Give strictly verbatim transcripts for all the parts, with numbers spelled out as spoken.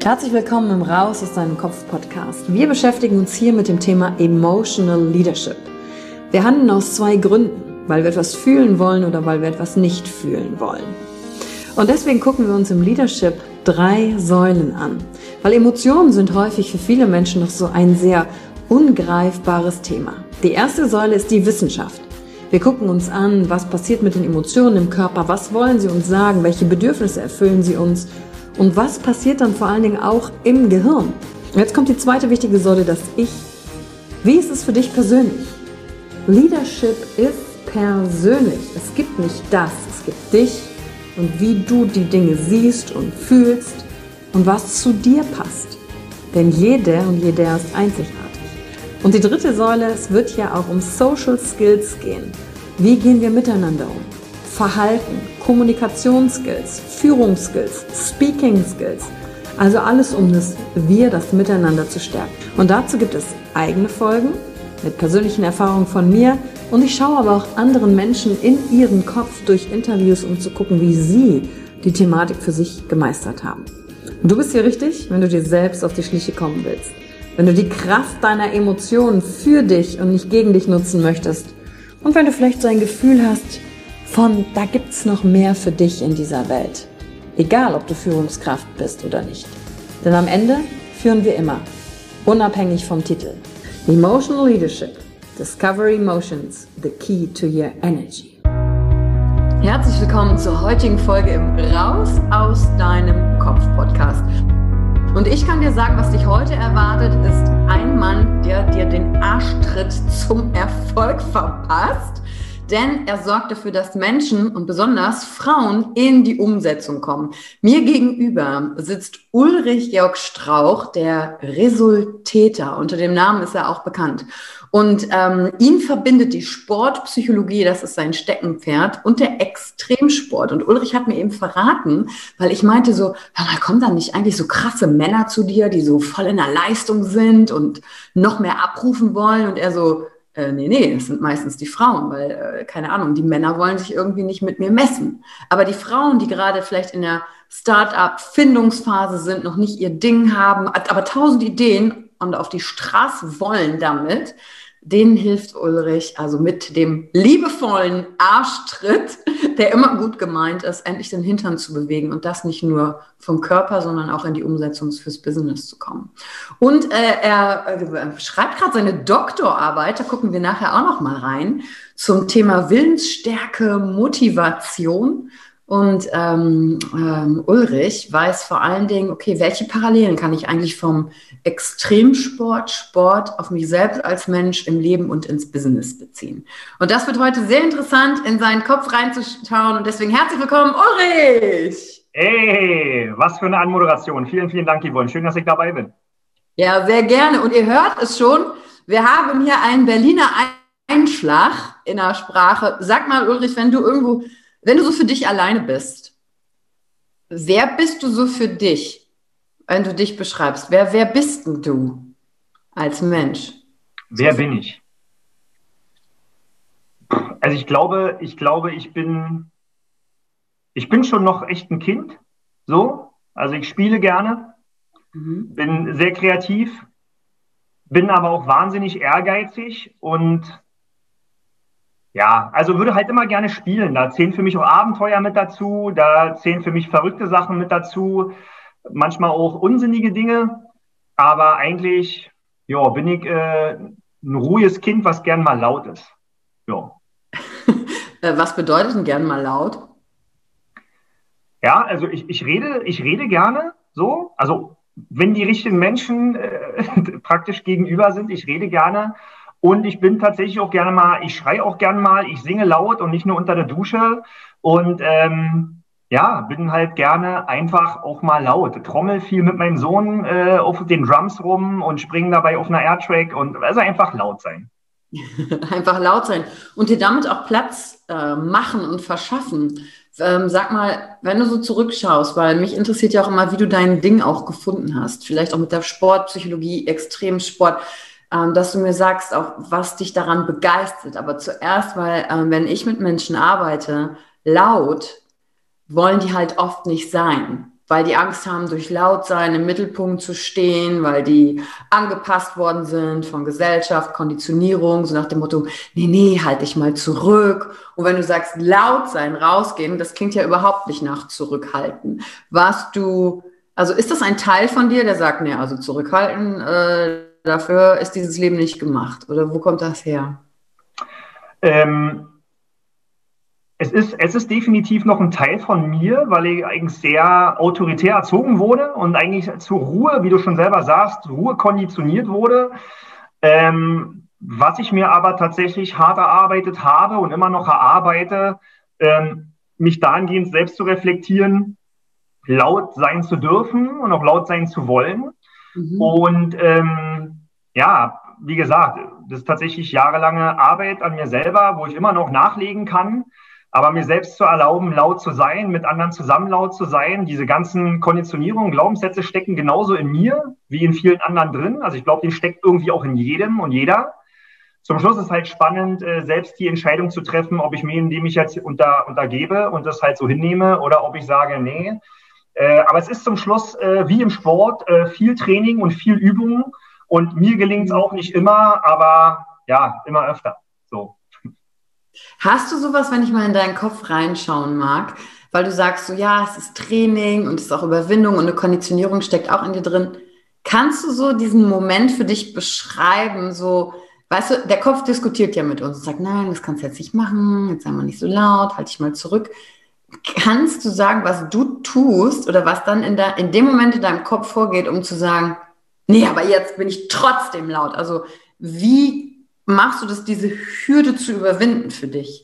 Herzlich willkommen im Raus aus deinem Kopf Podcast. Wir beschäftigen uns hier mit dem Thema Emotional Leadership. Wir handeln aus zwei Gründen, weil wir etwas fühlen wollen oder weil wir etwas nicht fühlen wollen. Und deswegen gucken wir uns im Leadership drei Säulen an, weil Emotionen sind häufig für viele Menschen noch so ein sehr ungreifbares Thema. Die erste Säule ist die Wissenschaft. Wir gucken uns an, was passiert mit den Emotionen im Körper, was wollen sie uns sagen, welche Bedürfnisse erfüllen sie uns und was passiert dann vor allen Dingen auch im Gehirn. Und jetzt kommt die zweite wichtige Säule, das Ich. Wie ist es für dich persönlich? Leadership ist persönlich. Es gibt nicht das, es gibt dich und wie du die Dinge siehst und fühlst und was zu dir passt. Denn jeder und jeder ist einzigartig. Und die dritte Säule, es wird ja auch um Social Skills gehen. Wie gehen wir miteinander um? Verhalten, Kommunikationsskills, Führungsskills, Speaking Skills. Also alles um das Wir, das Miteinander zu stärken. Und dazu gibt es eigene Folgen mit persönlichen Erfahrungen von mir. Und ich schaue aber auch anderen Menschen in ihren Kopf durch Interviews, um zu gucken, wie sie die Thematik für sich gemeistert haben. Und du bist hier richtig, wenn du dir selbst auf die Schliche kommen willst. Wenn du die Kraft deiner Emotionen für dich und nicht gegen dich nutzen möchtest. Und wenn du vielleicht so ein Gefühl hast, von da gibt's noch mehr für dich in dieser Welt. Egal, ob du Führungskraft bist oder nicht. Denn am Ende führen wir immer, unabhängig vom Titel. Emotional Leadership. Discover Emotions, the key to your energy. Herzlich willkommen zur heutigen Folge im Raus aus deinem Kopf Podcast. Und ich kann dir sagen, was dich heute erwartet, ist ein Mann, der dir den Arschtritt zum Erfolg verpasst. Denn er sorgt dafür, dass Menschen und besonders Frauen in die Umsetzung kommen. Mir gegenüber sitzt Ulrich Georg Strauch, der Resultäter. Unter dem Namen ist er auch bekannt. Und ähm, ihn verbindet die Sportpsychologie, das ist sein Steckenpferd, und der Extremsport. Und Ulrich hat mir eben verraten, weil ich meinte so, hör mal, kommen da nicht eigentlich so krasse Männer zu dir, die so voll in der Leistung sind und noch mehr abrufen wollen? Und er so, Äh, nee, nee, es sind meistens die Frauen, weil, äh, keine Ahnung, die Männer wollen sich irgendwie nicht mit mir messen. Aber die Frauen, die gerade vielleicht in der Start-up-Findungsphase sind, noch nicht ihr Ding haben, aber tausend Ideen und auf die Straße wollen damit, denen hilft Ulrich, also mit dem liebevollen Arschtritt, der immer gut gemeint ist, endlich den Hintern zu bewegen und das nicht nur vom Körper, sondern auch in die Umsetzung fürs Business zu kommen. Und äh, er äh, schreibt gerade seine Doktorarbeit, da gucken wir nachher auch noch mal rein, zum Thema Willensstärke, Motivation. Und ähm, ähm, Ulrich weiß vor allen Dingen, okay, welche Parallelen kann ich eigentlich vom Extremsport, Sport auf mich selbst als Mensch im Leben und ins Business beziehen. Und das wird heute sehr interessant, in seinen Kopf reinzuschauen. Und deswegen herzlich willkommen, Ulrich! Hey, was für eine Anmoderation. Vielen, vielen Dank, Yvonne. Schön, dass ich dabei bin. Ja, sehr gerne. Und ihr hört es schon, wir haben hier einen Berliner Einschlag in der Sprache. Sag mal, Ulrich, wenn du irgendwo... Wenn du so für dich alleine bist, wer bist du so für dich, wenn du dich beschreibst? Wer, wer bist denn du als Mensch? Wer bin ich? Also ich glaube, ich glaube, ich bin, ich bin schon noch echt ein Kind, so. Also ich spiele gerne, mhm. bin sehr kreativ, bin aber auch wahnsinnig ehrgeizig und ja, also würde halt immer gerne spielen. Da zählen für mich auch Abenteuer mit dazu, da zählen für mich verrückte Sachen mit dazu, manchmal auch unsinnige Dinge. Aber eigentlich, ja, bin ich äh, ein ruhiges Kind, was gern mal laut ist. Ja. Was bedeutet denn gern mal laut? Ja, also ich, ich rede, ich rede gerne so. Also wenn die richtigen Menschen äh, praktisch gegenüber sind, ich rede gerne. Und ich bin tatsächlich auch gerne mal, ich schreie auch gerne mal, ich singe laut und nicht nur unter der Dusche. Und ähm, ja, bin halt gerne einfach auch mal laut. Trommel viel mit meinem Sohn äh, auf den Drums rum und springe dabei auf einer Airtrack und also einfach laut sein. Einfach laut sein und dir damit auch Platz äh, machen und verschaffen. Ähm, sag mal, wenn du so zurückschaust, weil mich interessiert ja auch immer, wie du dein Ding auch gefunden hast. Vielleicht auch mit der Sportpsychologie, Extremsport. Ähm, dass du mir sagst, auch was dich daran begeistert. Aber zuerst, weil ähm, wenn ich mit Menschen arbeite, laut wollen die halt oft nicht sein. weil die Angst haben, durch Lautsein im Mittelpunkt zu stehen, weil die angepasst worden sind von Gesellschaft, Konditionierung, so nach dem Motto, nee, nee, halt dich mal zurück. Und wenn du sagst, laut sein, rausgehen, das klingt ja überhaupt nicht nach zurückhalten. Warst du, also ist das ein Teil von dir, der sagt, nee, also zurückhalten, äh, dafür ist dieses Leben nicht gemacht? Oder wo kommt das her? Ähm, es ist, es ist definitiv noch ein Teil von mir, weil ich eigentlich sehr autoritär erzogen wurde und eigentlich zur Ruhe, wie du schon selber sagst, Ruhe konditioniert wurde. Ähm, was ich mir aber tatsächlich hart erarbeitet habe und immer noch erarbeite, ähm, mich dahingehend selbst zu reflektieren, laut sein zu dürfen und auch laut sein zu wollen. Mhm. Und ähm, ja, wie gesagt, das ist tatsächlich jahrelange Arbeit an mir selber, wo ich immer noch nachlegen kann. Aber mir selbst zu erlauben, laut zu sein, mit anderen zusammen laut zu sein, diese ganzen Konditionierungen, Glaubenssätze stecken genauso in mir wie in vielen anderen drin. Also ich glaube, den steckt irgendwie auch in jedem und jeder. Zum Schluss ist halt spannend, selbst die Entscheidung zu treffen, ob ich mir, indem ich jetzt unter, untergebe und das halt so hinnehme oder ob ich sage, nee. Aber es ist zum Schluss wie im Sport viel Training und viel Übung und mir gelingt es auch nicht immer, aber ja, immer öfter. So. Hast du sowas, wenn ich mal in deinen Kopf reinschauen mag, weil du sagst so, ja, es ist Training und es ist auch Überwindung und eine Konditionierung steckt auch in dir drin. Kannst du so diesen Moment für dich beschreiben, so, weißt du, der Kopf diskutiert ja mit uns und sagt, nein, das kannst du jetzt nicht machen, jetzt sei mal nicht so laut, halt dich mal zurück. Kannst du sagen, was du tust oder was dann in, der, in dem Moment in deinem Kopf vorgeht, um zu sagen, nee, aber jetzt bin ich trotzdem laut. Also wie machst du das, diese Hürde zu überwinden für dich?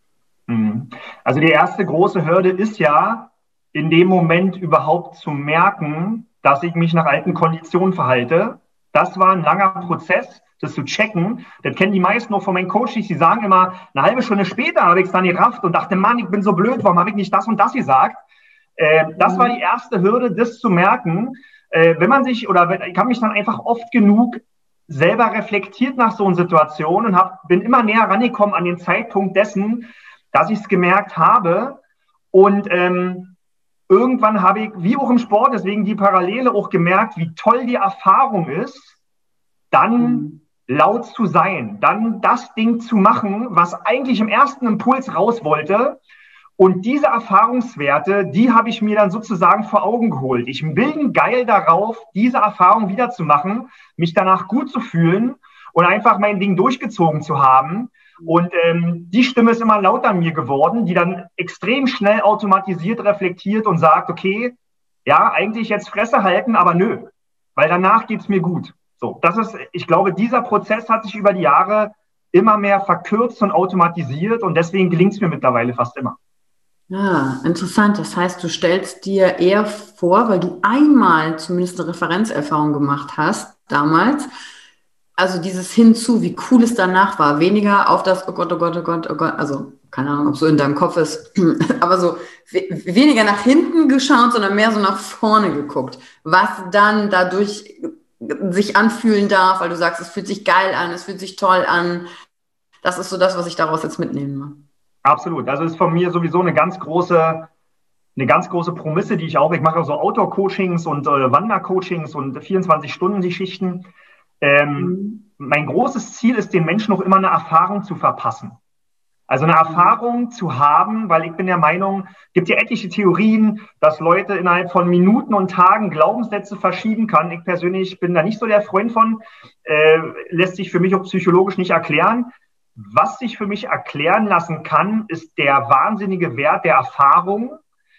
Also die erste große Hürde ist ja, in dem Moment überhaupt zu merken, dass ich mich nach alten Konditionen verhalte. Das war ein langer Prozess, das zu checken. Das kennen die meisten noch von meinen Coaches. Die sagen immer, eine halbe Stunde später habe ich es dann gerafft und dachte, Mann, ich bin so blöd, warum habe ich nicht das und das gesagt? Äh, das war die erste Hürde, das zu merken. Äh, wenn man sich, oder ich habe mich dann einfach oft genug selber reflektiert nach so einer Situation und hab, bin immer näher rangekommen an den Zeitpunkt dessen, dass ich es gemerkt habe. Und ähm, irgendwann habe ich, wie auch im Sport, deswegen die Parallele auch gemerkt, wie toll die Erfahrung ist, dann mhm. laut zu sein, dann das Ding zu machen, was eigentlich im ersten Impuls raus wollte. Und diese Erfahrungswerte, die habe ich mir dann sozusagen vor Augen geholt. Ich bin geil darauf, diese Erfahrung wiederzumachen, mich danach gut zu fühlen und einfach mein Ding durchgezogen zu haben. Und ähm, die Stimme ist immer lauter an mir geworden, die dann extrem schnell automatisiert reflektiert und sagt, okay, ja, eigentlich jetzt Fresse halten, aber nö, weil danach geht's mir gut. So, das ist, ich glaube, dieser Prozess hat sich über die Jahre immer mehr verkürzt und automatisiert und deswegen gelingt es mir mittlerweile fast immer. Ja, interessant. Das heißt, du stellst dir eher vor, weil du einmal zumindest eine Referenzerfahrung gemacht hast, damals, also dieses Hinzu, wie cool es danach war, weniger auf das, oh Gott, oh Gott, oh Gott, oh Gott, also keine Ahnung, ob so in deinem Kopf ist, aber so we- weniger nach hinten geschaut, sondern mehr so nach vorne geguckt, was dann dadurch sich anfühlen darf, weil du sagst, es fühlt sich geil an, es fühlt sich toll an. Das ist so das, was ich daraus jetzt mitnehme. Absolut. Also ist von mir sowieso eine ganz große, eine ganz große Prämisse, die ich auch, ich mache so Outdoor-Coachings und äh, Wander-Coachings und vierundzwanzig-Stunden-Geschichten. Ähm, mhm. Mein großes Ziel ist, den Menschen noch immer eine Erfahrung zu verpassen. Also eine Erfahrung zu haben, weil ich bin der Meinung, gibt ja etliche Theorien, dass Leute innerhalb von Minuten und Tagen Glaubenssätze verschieben kann. Ich persönlich bin da nicht so der Freund von, äh, lässt sich für mich auch psychologisch nicht erklären. Was sich für mich erklären lassen kann, ist der wahnsinnige Wert der Erfahrung,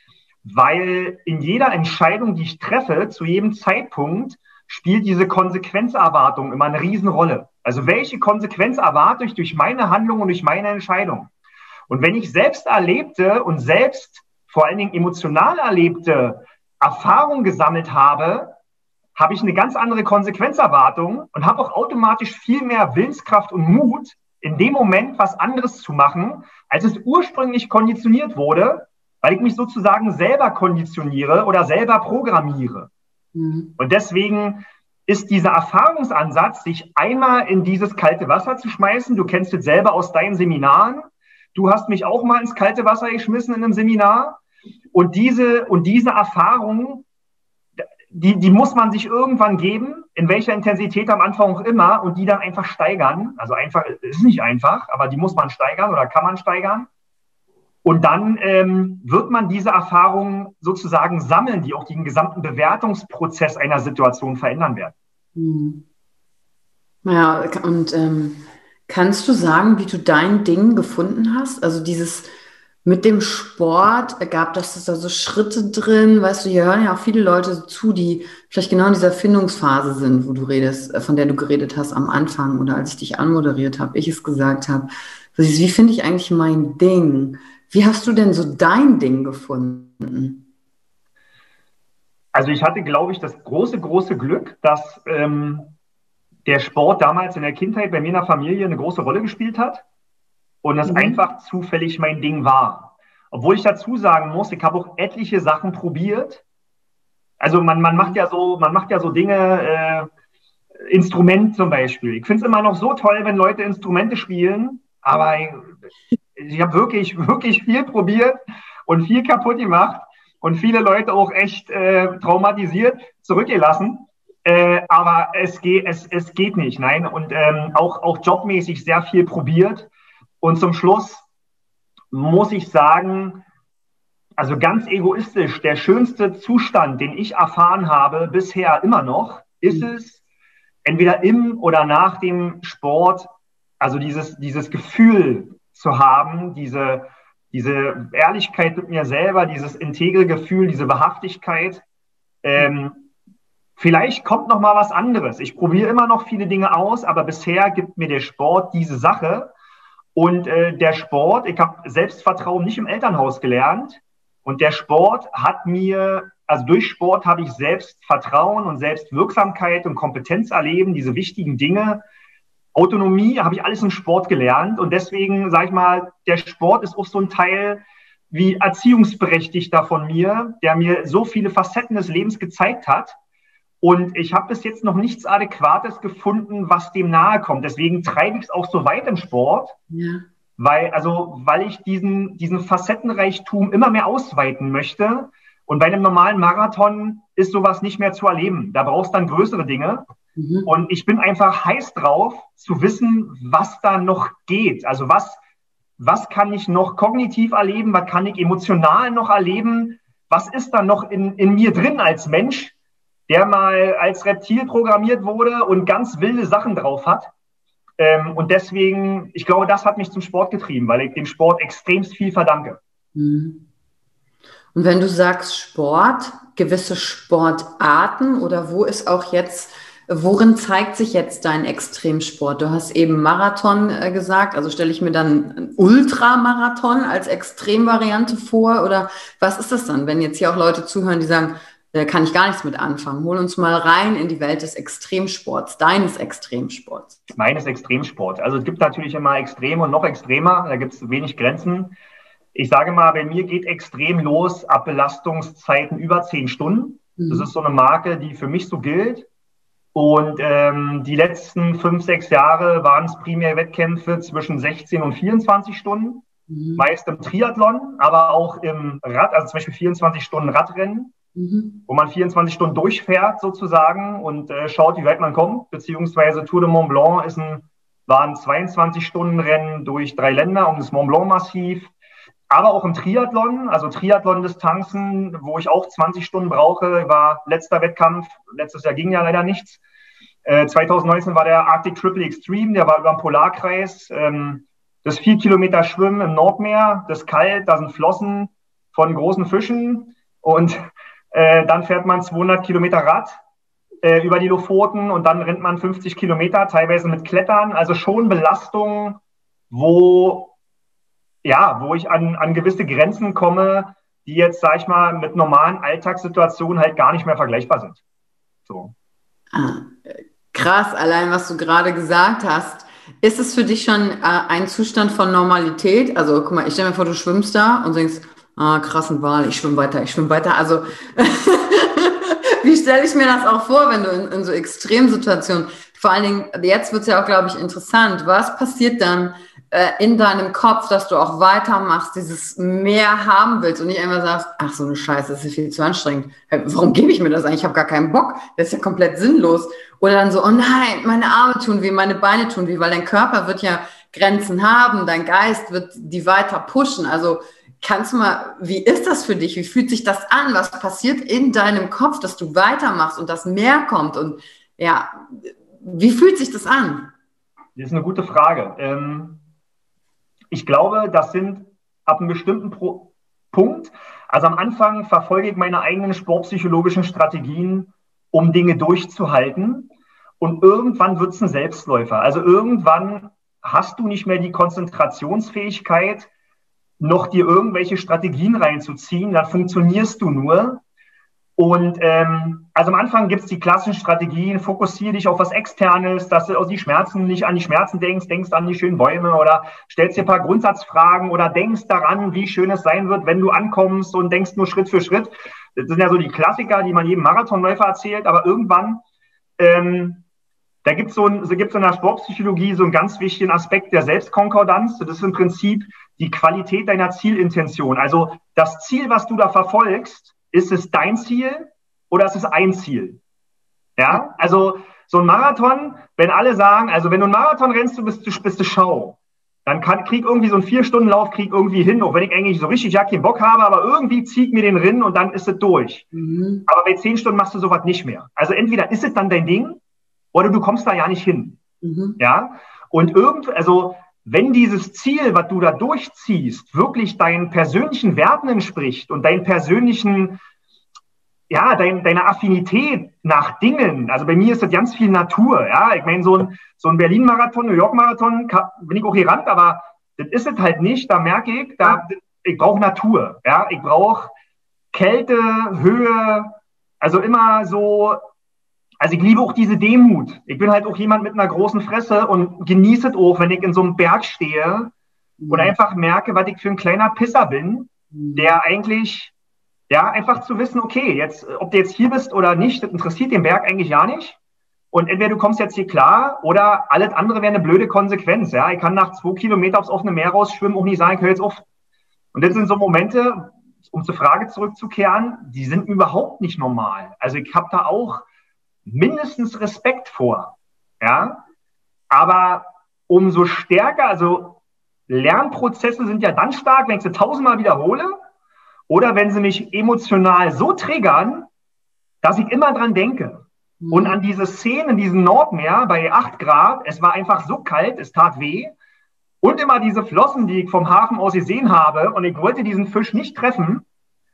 weil in jeder Entscheidung, die ich treffe, zu jedem Zeitpunkt, spielt diese Konsequenzerwartung immer eine Riesenrolle. Also welche Konsequenz erwarte ich durch meine Handlung und durch meine Entscheidung? Und wenn ich selbst erlebte und selbst vor allen Dingen emotional erlebte Erfahrung gesammelt habe, habe ich eine ganz andere Konsequenzerwartung und habe auch automatisch viel mehr Willenskraft und Mut, in dem Moment was anderes zu machen, als es ursprünglich konditioniert wurde, weil ich mich sozusagen selber konditioniere oder selber programmiere. Mhm. Und deswegen ist dieser Erfahrungsansatz, sich einmal in dieses kalte Wasser zu schmeißen, du kennst es selber aus deinen Seminaren, du hast mich auch mal ins kalte Wasser geschmissen in einem Seminar, und diese, und diese Erfahrung, die, die muss man sich irgendwann geben, in welcher Intensität am Anfang auch immer, und die dann einfach steigern. Also einfach, ist nicht einfach, aber die muss man steigern oder kann man steigern. Und dann ähm, wird man diese Erfahrungen sozusagen sammeln, die auch den gesamten Bewertungsprozess einer Situation verändern werden. Hm. Ja, und ähm, kannst du sagen, wie du dein Ding gefunden hast? Also dieses mit dem Sport, gab das da so Schritte drin? Weißt du, hier hören ja auch viele Leute zu, die vielleicht genau in dieser Findungsphase sind, wo du redest, von der du geredet hast am Anfang oder als ich dich anmoderiert habe, ich es gesagt habe. Wie finde ich eigentlich mein Ding? Wie hast du denn so dein Ding gefunden? Also ich hatte, glaube ich, das große, große Glück, dass ähm, der Sport damals in der Kindheit bei mir in der Familie eine große Rolle gespielt hat und es mhm. einfach zufällig mein Ding war. Obwohl ich dazu sagen muss, ich habe auch etliche Sachen probiert. Also man, man macht ja so, man macht ja so Dinge, äh, Instrument zum Beispiel. Ich finde es immer noch so toll, wenn Leute Instrumente spielen, aber ich, ich habe wirklich, wirklich viel probiert und viel kaputt gemacht und viele Leute auch echt äh, traumatisiert zurückgelassen. Äh, aber es geht, es, es geht nicht, nein. Und ähm, auch, auch jobmäßig sehr viel probiert. Und zum Schluss muss ich sagen, also ganz egoistisch, der schönste Zustand, den ich erfahren habe bisher immer noch, ist mhm. es, entweder im oder nach dem Sport, also dieses, dieses Gefühl zu haben, diese, diese Ehrlichkeit mit mir selber, dieses integre Gefühl, diese Wahrhaftigkeit. Ähm, vielleicht kommt noch mal was anderes. Ich probiere immer noch viele Dinge aus, aber bisher gibt mir der Sport diese Sache. Und äh, der Sport, ich habe Selbstvertrauen nicht im Elternhaus gelernt. Und der Sport hat mir, also durch Sport habe ich Selbstvertrauen und Selbstwirksamkeit und Kompetenz erleben, diese wichtigen Dinge. Autonomie habe ich alles im Sport gelernt. Und deswegen, sage ich mal, der Sport ist auch so ein Teil wie Erziehungsberechtigter von mir, der mir so viele Facetten des Lebens gezeigt hat. Und ich habe bis jetzt noch nichts Adäquates gefunden, was dem nahe kommt. Deswegen treibe ich es auch so weit im Sport, ja. weil, also, weil ich diesen, diesen Facettenreichtum immer mehr ausweiten möchte. Und bei einem normalen Marathon ist sowas nicht mehr zu erleben. Da brauchst du dann größere Dinge. Mhm. Und ich bin einfach heiß drauf, zu wissen, was da noch geht. Also was, was kann ich noch kognitiv erleben? Was kann ich emotional noch erleben? Was ist da noch in, in mir drin als Mensch, der mal als Reptil programmiert wurde und ganz wilde Sachen drauf hat. Ähm, und deswegen, ich glaube, das hat mich zum Sport getrieben, weil ich dem Sport extremst viel verdanke. Und wenn du sagst Sport, gewisse Sportarten oder wo ist auch jetzt, worin zeigt sich jetzt dein Extremsport? Du hast eben Marathon äh, gesagt, also stelle ich mir dann einen Ultramarathon als Extremvariante vor oder was ist das dann, wenn jetzt hier auch Leute zuhören, die sagen, da kann ich gar nichts mit anfangen. Hol uns mal rein in die Welt des Extremsports, deines Extremsports. Meines Extremsports. Also es gibt natürlich immer extrem und noch extremer. Da gibt es wenig Grenzen. Ich sage mal, bei mir geht extrem los ab Belastungszeiten über zehn Stunden. Mhm. Das ist so eine Marke, die für mich so gilt. Und ähm, die letzten fünf, sechs Jahre waren es primär Wettkämpfe zwischen sechzehn und vierundzwanzig Stunden. Mhm. Meist im Triathlon, aber auch im Rad, also zum Beispiel vierundzwanzig Stunden Radrennen. Mhm. Wo man vierundzwanzig Stunden durchfährt sozusagen und äh, schaut, wie weit man kommt, beziehungsweise Tour de Mont Blanc ist ein, war ein zweiundzwanzig Stunden Rennen durch drei Länder um das Mont Blanc Massiv, aber auch im Triathlon, also Triathlon-Distanzen, wo ich auch zwanzig Stunden brauche, war letzter Wettkampf, letztes Jahr ging ja leider nichts, äh, zwanzig neunzehn war der Arctic Triple Extreme, der war über den Polarkreis, ähm, das vier Kilometer Schwimmen im Nordmeer, das ist kalt, da sind Flossen von großen Fischen und Äh, dann fährt man zweihundert Kilometer Rad äh, über die Lofoten und dann rennt man fünfzig Kilometer, teilweise mit Klettern. Also schon Belastungen, wo, ja, wo ich an, an gewisse Grenzen komme, die jetzt, sag ich mal, mit normalen Alltagssituationen halt gar nicht mehr vergleichbar sind. So. Ah, krass, allein was du gerade gesagt hast. Ist es für dich schon äh, ein Zustand von Normalität? Also guck mal, ich stelle mir vor, du schwimmst da und denkst, ah, krassen Wal, ich schwimme weiter, ich schwimme weiter. Also wie stelle ich mir das auch vor, wenn du in, in so Extremsituationen, vor allen Dingen, jetzt wird es ja auch, glaube ich, interessant, was passiert dann, äh, in deinem Kopf, dass du auch weitermachst, dieses mehr haben willst und nicht einfach sagst, ach so eine Scheiße, das ist viel zu anstrengend. Warum gebe ich mir das eigentlich? Ich habe gar keinen Bock. Das ist ja komplett sinnlos. Oder dann so, oh nein, meine Arme tun weh, meine Beine tun weh, weil dein Körper wird ja Grenzen haben, dein Geist wird die weiter pushen. Also kannst du mal, wie ist das für dich? Wie fühlt sich das an? Was passiert in deinem Kopf, dass du weitermachst und das mehr kommt? Und ja, wie fühlt sich das an? Das ist eine gute Frage. Ähm, ich glaube, das sind ab einem bestimmten Pro- Punkt, also am Anfang verfolge ich meine eigenen sportpsychologischen Strategien, um Dinge durchzuhalten. Und irgendwann wird es ein Selbstläufer. Also irgendwann hast du nicht mehr die Konzentrationsfähigkeit, noch dir irgendwelche Strategien reinzuziehen, dann funktionierst du nur. Und ähm, also am Anfang gibt es die klassischen Strategien, fokussiere dich auf was Externes, dass du aus die Schmerzen nicht an die Schmerzen denkst, denkst an die schönen Bäume oder stellst dir ein paar Grundsatzfragen oder denkst daran, wie schön es sein wird, wenn du ankommst und denkst nur Schritt für Schritt. Das sind ja so die Klassiker, die man jedem Marathonläufer erzählt, aber irgendwann ähm, Da gibt so ein, so gibt's in der Sportpsychologie so einen ganz wichtigen Aspekt der Selbstkonkordanz. Das ist im Prinzip die Qualität deiner Zielintention. Also das Ziel, was du da verfolgst, ist es dein Ziel oder ist es ein Ziel? Ja, also so ein Marathon, wenn alle sagen, also wenn du einen Marathon rennst, du bist, du bist du Schau, dann kann, krieg irgendwie so einen Vier-Stunden-Lauf, krieg irgendwie hin, auch wenn ich eigentlich so richtig ja keinen Bock habe, aber irgendwie zieht mir den Rinn und dann ist es durch. Mhm. Aber bei zehn Stunden machst du sowas nicht mehr. Also entweder ist es dann dein Ding, oder du kommst da ja nicht hin. Mhm. Ja? Und irgend, also, wenn dieses Ziel, was du da durchziehst, wirklich deinen persönlichen Werten entspricht und deinen persönlichen, ja, dein, deiner Affinität nach Dingen, also bei mir ist das ganz viel Natur, ja, ich meine, so ein, so ein Berlin-Marathon, New York-Marathon, bin ich auch hier ran, aber das ist es halt nicht, da merke ich, da, ich brauche Natur, ja, ich brauche Kälte, Höhe, also immer so. Also ich liebe auch diese Demut. Ich bin halt auch jemand mit einer großen Fresse und genieße es auch, wenn ich in so einem Berg stehe mhm. und einfach merke, was ich für ein kleiner Pisser bin, mhm. der eigentlich, ja, einfach zu wissen, okay, jetzt, ob du jetzt hier bist oder nicht, das interessiert den Berg eigentlich ja nicht. Und entweder du kommst jetzt hier klar oder alles andere wäre eine blöde Konsequenz. Ja, ich kann nach zwei Kilometer aufs offene Meer rausschwimmen, auch nicht sagen, ich höre jetzt auf. Und das sind so Momente, um zur Frage zurückzukehren, die sind überhaupt nicht normal. Also ich habe da auch mindestens Respekt vor, ja, aber umso stärker, also Lernprozesse sind ja dann stark, wenn ich sie tausendmal wiederhole oder wenn sie mich emotional so triggern, dass ich immer dran denke. Mhm. Und an diese Szene in diesem Nordmeer bei acht Grad, es war einfach so kalt, es tat weh und immer diese Flossen, die ich vom Hafen aus gesehen habe und ich wollte diesen Fisch nicht treffen,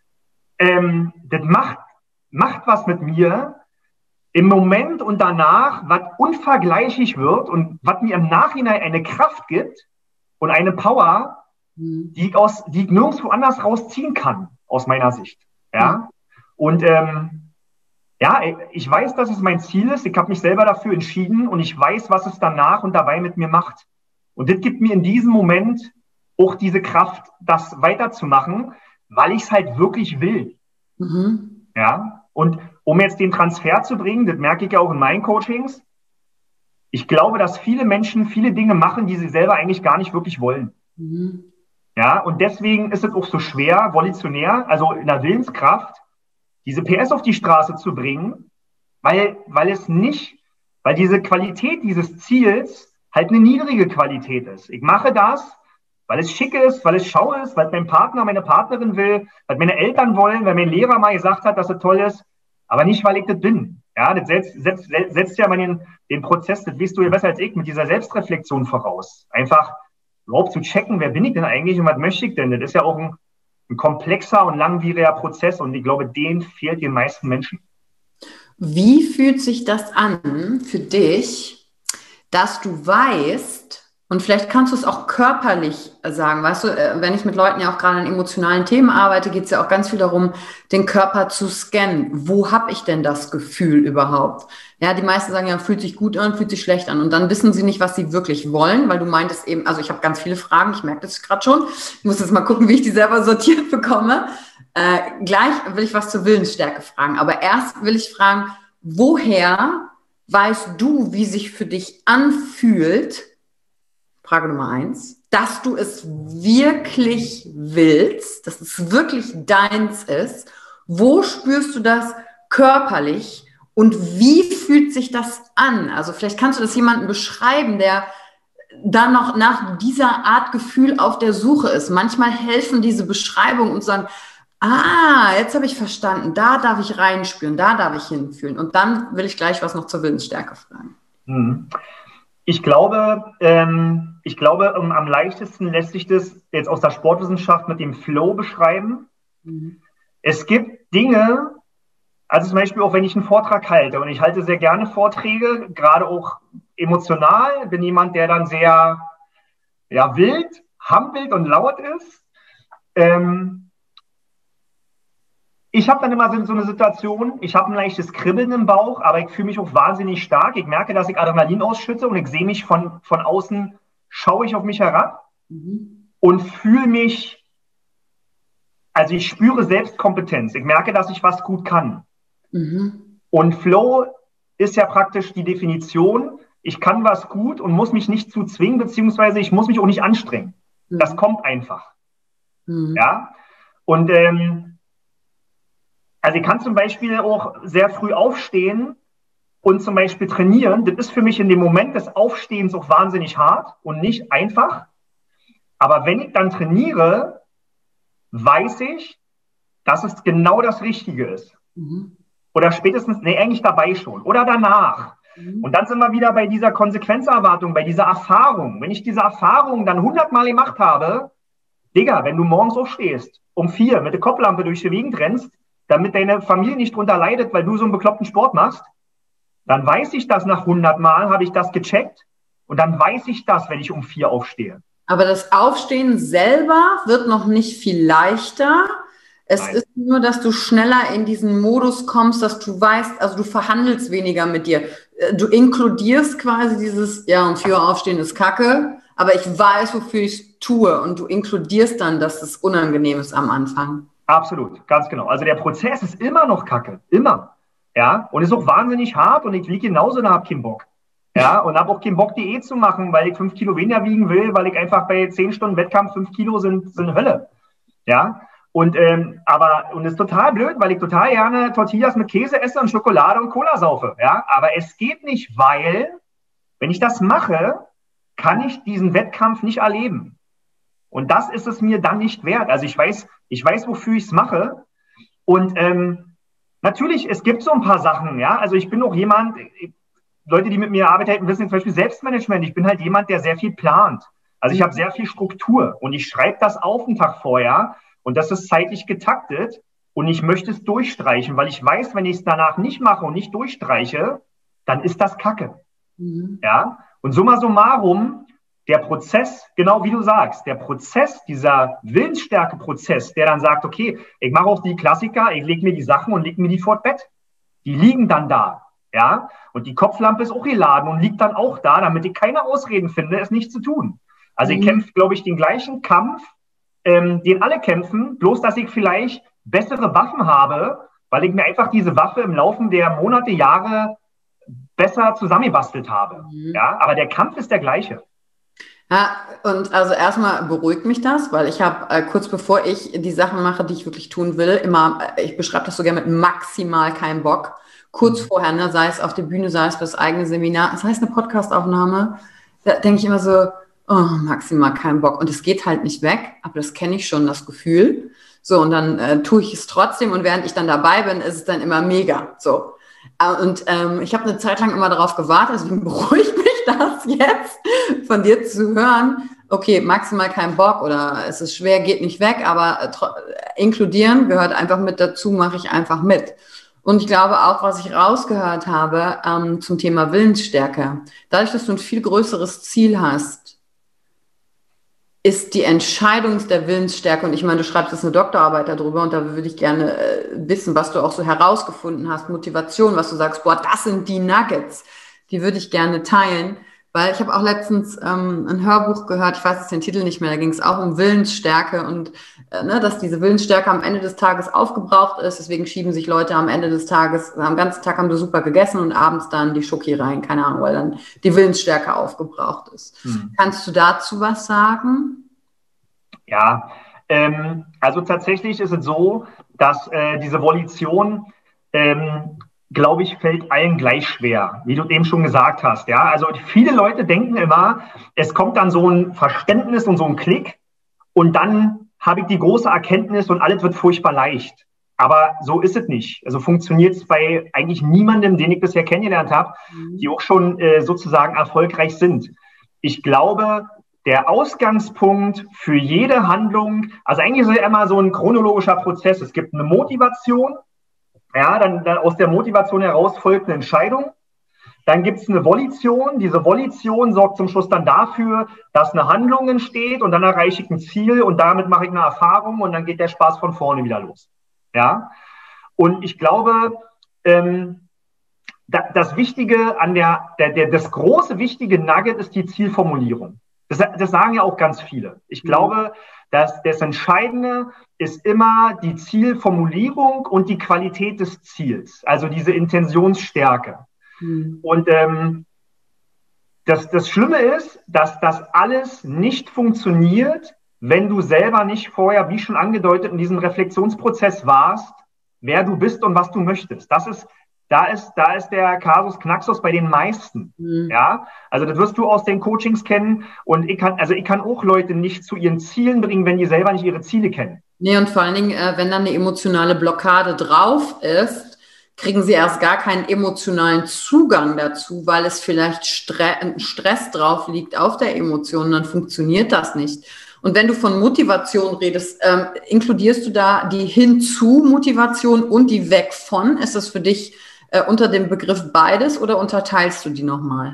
ähm, das macht, macht was mit mir, im Moment und danach, was unvergleichlich wird und was mir im Nachhinein eine Kraft gibt und eine Power, mhm. die ich aus, die ich nirgendwo anders rausziehen kann, aus meiner Sicht. Ja. Mhm. Und ähm, ja, ich weiß, dass es mein Ziel ist. Ich habe mich selber dafür entschieden und ich weiß, was es danach und dabei mit mir macht. Und das gibt mir in diesem Moment auch diese Kraft, das weiterzumachen, weil ich es halt wirklich will. Mhm. Ja. Und um jetzt den Transfer zu bringen, das merke ich ja auch in meinen Coachings, ich glaube, dass viele Menschen viele Dinge machen, die sie selber eigentlich gar nicht wirklich wollen. Mhm. Ja, und deswegen ist es auch so schwer, volitionär, also in der Willenskraft, diese P S auf die Straße zu bringen, weil, weil es nicht, weil diese Qualität dieses Ziels halt eine niedrige Qualität ist. Ich mache das, weil es schick ist, weil es schau ist, weil mein Partner, meine Partnerin will, weil meine Eltern wollen, weil mein Lehrer mal gesagt hat, dass es toll ist, aber nicht, weil ich das bin. Ja, das setzt, setzt, setzt ja mal den, den Prozess, das weißt du ja besser als ich, mit dieser Selbstreflexion voraus. Einfach überhaupt zu checken, wer bin ich denn eigentlich und was möchte ich denn? Das ist ja auch ein, ein komplexer und langwieriger Prozess und ich glaube, den fehlt den meisten Menschen. Wie fühlt sich das an für dich, dass du weißt, und vielleicht kannst du es auch körperlich sagen, weißt du, wenn ich mit Leuten ja auch gerade an emotionalen Themen arbeite, geht es ja auch ganz viel darum, den Körper zu scannen. Wo habe ich denn das Gefühl überhaupt? Ja, die meisten sagen ja, fühlt sich gut an, fühlt sich schlecht an. Und dann wissen sie nicht, was sie wirklich wollen, weil du meintest eben, also ich habe ganz viele Fragen, ich merke das gerade schon. Ich muss jetzt mal gucken, wie ich die selber sortiert bekomme. Äh, gleich will ich was zur Willensstärke fragen. Aber erst will ich fragen, woher weißt du, wie sich für dich anfühlt, Frage Nummer eins, dass du es wirklich willst, dass es wirklich deins ist. Wo spürst du das körperlich und wie fühlt sich das an? Also vielleicht kannst du das jemandem beschreiben, der dann noch nach dieser Art Gefühl auf der Suche ist. Manchmal helfen diese Beschreibungen und sagen, ah, jetzt habe ich verstanden, da darf ich reinspüren, da darf ich hinfühlen. Und dann will ich gleich was noch zur Willensstärke fragen. Ich glaube, ähm, ich glaube, um, am leichtesten lässt sich das jetzt aus der Sportwissenschaft mit dem Flow beschreiben. Mhm. Es gibt Dinge, also zum Beispiel auch wenn ich einen Vortrag halte, und ich halte sehr gerne Vorträge, gerade auch emotional, bin jemand, der dann sehr ja, wild, hampelt und laut ist. Ähm, ich habe dann immer so, so eine Situation, ich habe ein leichtes Kribbeln im Bauch, aber ich fühle mich auch wahnsinnig stark. Ich merke, dass ich Adrenalin ausschütte und ich sehe mich von, von außen, schaue ich auf mich herab mhm. und fühle mich, also ich spüre Selbstkompetenz. Ich merke, dass ich was gut kann. Mhm. Und Flow ist ja praktisch die Definition, ich kann was gut und muss mich nicht zu zwingen, beziehungsweise ich muss mich auch nicht anstrengen. Mhm. Das kommt einfach. Mhm. Ja. Und ähm, also ich kann zum Beispiel auch sehr früh aufstehen und zum Beispiel trainieren. Das ist für mich in dem Moment des Aufstehens auch wahnsinnig hart und nicht einfach. Aber wenn ich dann trainiere, weiß ich, dass es genau das Richtige ist. Mhm. Oder spätestens, nee, eigentlich dabei schon. Oder danach. Mhm. Und dann sind wir wieder bei dieser Konsequenzerwartung, bei dieser Erfahrung. Wenn ich diese Erfahrung dann hundertmal gemacht habe, Digga, wenn du morgens aufstehst, um vier mit der Kopflampe durch die Gegend rennst, damit deine Familie nicht drunter leidet, weil du so einen bekloppten Sport machst, dann weiß ich das nach hundert Mal, habe ich das gecheckt und dann weiß ich das, wenn ich um vier aufstehe. Aber das Aufstehen selber wird noch nicht viel leichter. Es Nein. ist nur, dass du schneller in diesen Modus kommst, dass du weißt, also du verhandelst weniger mit dir. Du inkludierst quasi dieses, ja, um vier Uhr aufstehen ist Kacke, aber ich weiß, wofür ich es tue und du inkludierst dann, dass es unangenehm ist am Anfang. Absolut, ganz genau. Also der Prozess ist immer noch Kacke, immer. Ja, und ist auch wahnsinnig hart und ich liege genauso und habe keinen Bock. Ja, und habe auch keinen Bock, Diät zu machen, weil ich fünf Kilo weniger wiegen will, weil ich einfach bei zehn Stunden Wettkampf fünf Kilo sind, sind Hölle. Ja, und, ähm, aber, und das ist total blöd, weil ich total gerne Tortillas mit Käse esse und Schokolade und Cola saufe. Ja, aber es geht nicht, weil, wenn ich das mache, kann ich diesen Wettkampf nicht erleben. Und das ist es mir dann nicht wert. Also ich weiß, ich weiß, wofür ich es mache. Und, ähm, natürlich, es gibt so ein paar Sachen, ja. Also ich bin auch jemand, ich, Leute, die mit mir arbeiten, wissen zum Beispiel Selbstmanagement. Ich bin halt jemand, der sehr viel plant. Also ich habe sehr viel Struktur und ich schreibe das auf einen Tag vorher und das ist zeitlich getaktet und ich möchte es durchstreichen, weil ich weiß, wenn ich es danach nicht mache und nicht durchstreiche, dann ist das Kacke. Mhm. Ja? Und summa summarum, der Prozess, genau wie du sagst, der Prozess, dieser Willensstärke-Prozess, der dann sagt, okay, ich mache auch die Klassiker, ich lege mir die Sachen und lege mir die vor das Bett. Die liegen dann da. Ja, und die Kopflampe ist auch geladen und liegt dann auch da, damit ich keine Ausreden finde, es nicht zu tun. Also mhm. ich kämpfe, glaube ich, den gleichen Kampf, ähm, den alle kämpfen, bloß dass ich vielleicht bessere Waffen habe, weil ich mir einfach diese Waffe im Laufe der Monate, Jahre besser zusammengebastelt habe. Mhm. Ja, aber der Kampf ist der gleiche. Ja, und also erstmal beruhigt mich das, weil ich habe äh, kurz bevor ich die Sachen mache, die ich wirklich tun will, immer, ich beschreibe das so gerne mit maximal keinen Bock. Kurz vorher, ne, sei es auf der Bühne, sei es für das eigene Seminar, das heißt eine Podcastaufnahme, da denke ich immer so, oh, maximal keinen Bock. Und es geht halt nicht weg, aber das kenne ich schon, das Gefühl. So, und dann äh, tue ich es trotzdem und während ich dann dabei bin, ist es dann immer mega. So. Und ähm, ich habe eine Zeit lang immer darauf gewartet, deswegen beruhigt mich das jetzt, von dir zu hören, okay, maximal kein Bock oder es ist schwer, geht nicht weg, aber äh, inkludieren gehört einfach mit dazu, mache ich einfach mit. Und ich glaube auch, was ich rausgehört habe ähm, zum Thema Willensstärke, dadurch, dass du ein viel größeres Ziel hast, ist die Entscheidung der Willensstärke, und ich meine, du schreibst jetzt eine Doktorarbeit darüber und da würde ich gerne äh, wissen, was du auch so herausgefunden hast, Motivation, was du sagst, boah, das sind die Nuggets, die würde ich gerne teilen. Weil ich habe auch letztens ähm, ein Hörbuch gehört, ich weiß jetzt den Titel nicht mehr, da ging es auch um Willensstärke und äh, ne, dass diese Willensstärke am Ende des Tages aufgebraucht ist. Deswegen schieben sich Leute am Ende des Tages, am ganzen Tag haben sie super gegessen und abends dann die Schoki rein, keine Ahnung, weil dann die Willensstärke aufgebraucht ist. Hm. Kannst du dazu was sagen? Ja, ähm, also tatsächlich ist es so, dass äh, diese Volition ähm, glaube ich, fällt allen gleich schwer, wie du eben schon gesagt hast. Ja, also viele Leute denken immer, es kommt dann so ein Verständnis und so ein Klick und dann habe ich die große Erkenntnis und alles wird furchtbar leicht. Aber so ist es nicht. Also funktioniert es bei eigentlich niemandem, den ich bisher kennengelernt habe, die auch schon äh, sozusagen erfolgreich sind. Ich glaube, der Ausgangspunkt für jede Handlung, also eigentlich ist es immer so ein chronologischer Prozess. Es gibt eine Motivation. Ja, dann, dann aus der Motivation heraus folgt eine Entscheidung. Dann gibt es eine Volition. Diese Volition sorgt zum Schluss dann dafür, dass eine Handlung entsteht und dann erreiche ich ein Ziel und damit mache ich eine Erfahrung und dann geht der Spaß von vorne wieder los. Ja, und ich glaube, ähm, da, das Wichtige an der, der, der, das große wichtige Nugget ist die Zielformulierung. Das, das sagen ja auch ganz viele. Ich glaube, dass das Entscheidende ist immer die Zielformulierung und die Qualität des Ziels, also diese Intentionsstärke. Mhm. Und ähm, das, das Schlimme ist, dass das alles nicht funktioniert, wenn du selber nicht vorher, wie schon angedeutet, in diesem Reflexionsprozess warst, wer du bist und was du möchtest. Das ist Da ist, da ist der Kasus Knaxus bei den meisten. Mhm. Ja, also das wirst du aus den Coachings kennen. Und ich kann, also ich kann auch Leute nicht zu ihren Zielen bringen, wenn die selber nicht ihre Ziele kennen. Nee, und vor allen Dingen, äh, wenn dann eine emotionale Blockade drauf ist, kriegen sie erst gar keinen emotionalen Zugang dazu, weil es vielleicht Stre- Stress drauf liegt auf der Emotion, dann funktioniert das nicht. Und wenn du von Motivation redest, ähm, inkludierst du da die Hinzu-Motivation und die Weg von? Ist das für dich äh, unter dem Begriff beides oder unterteilst du die nochmal?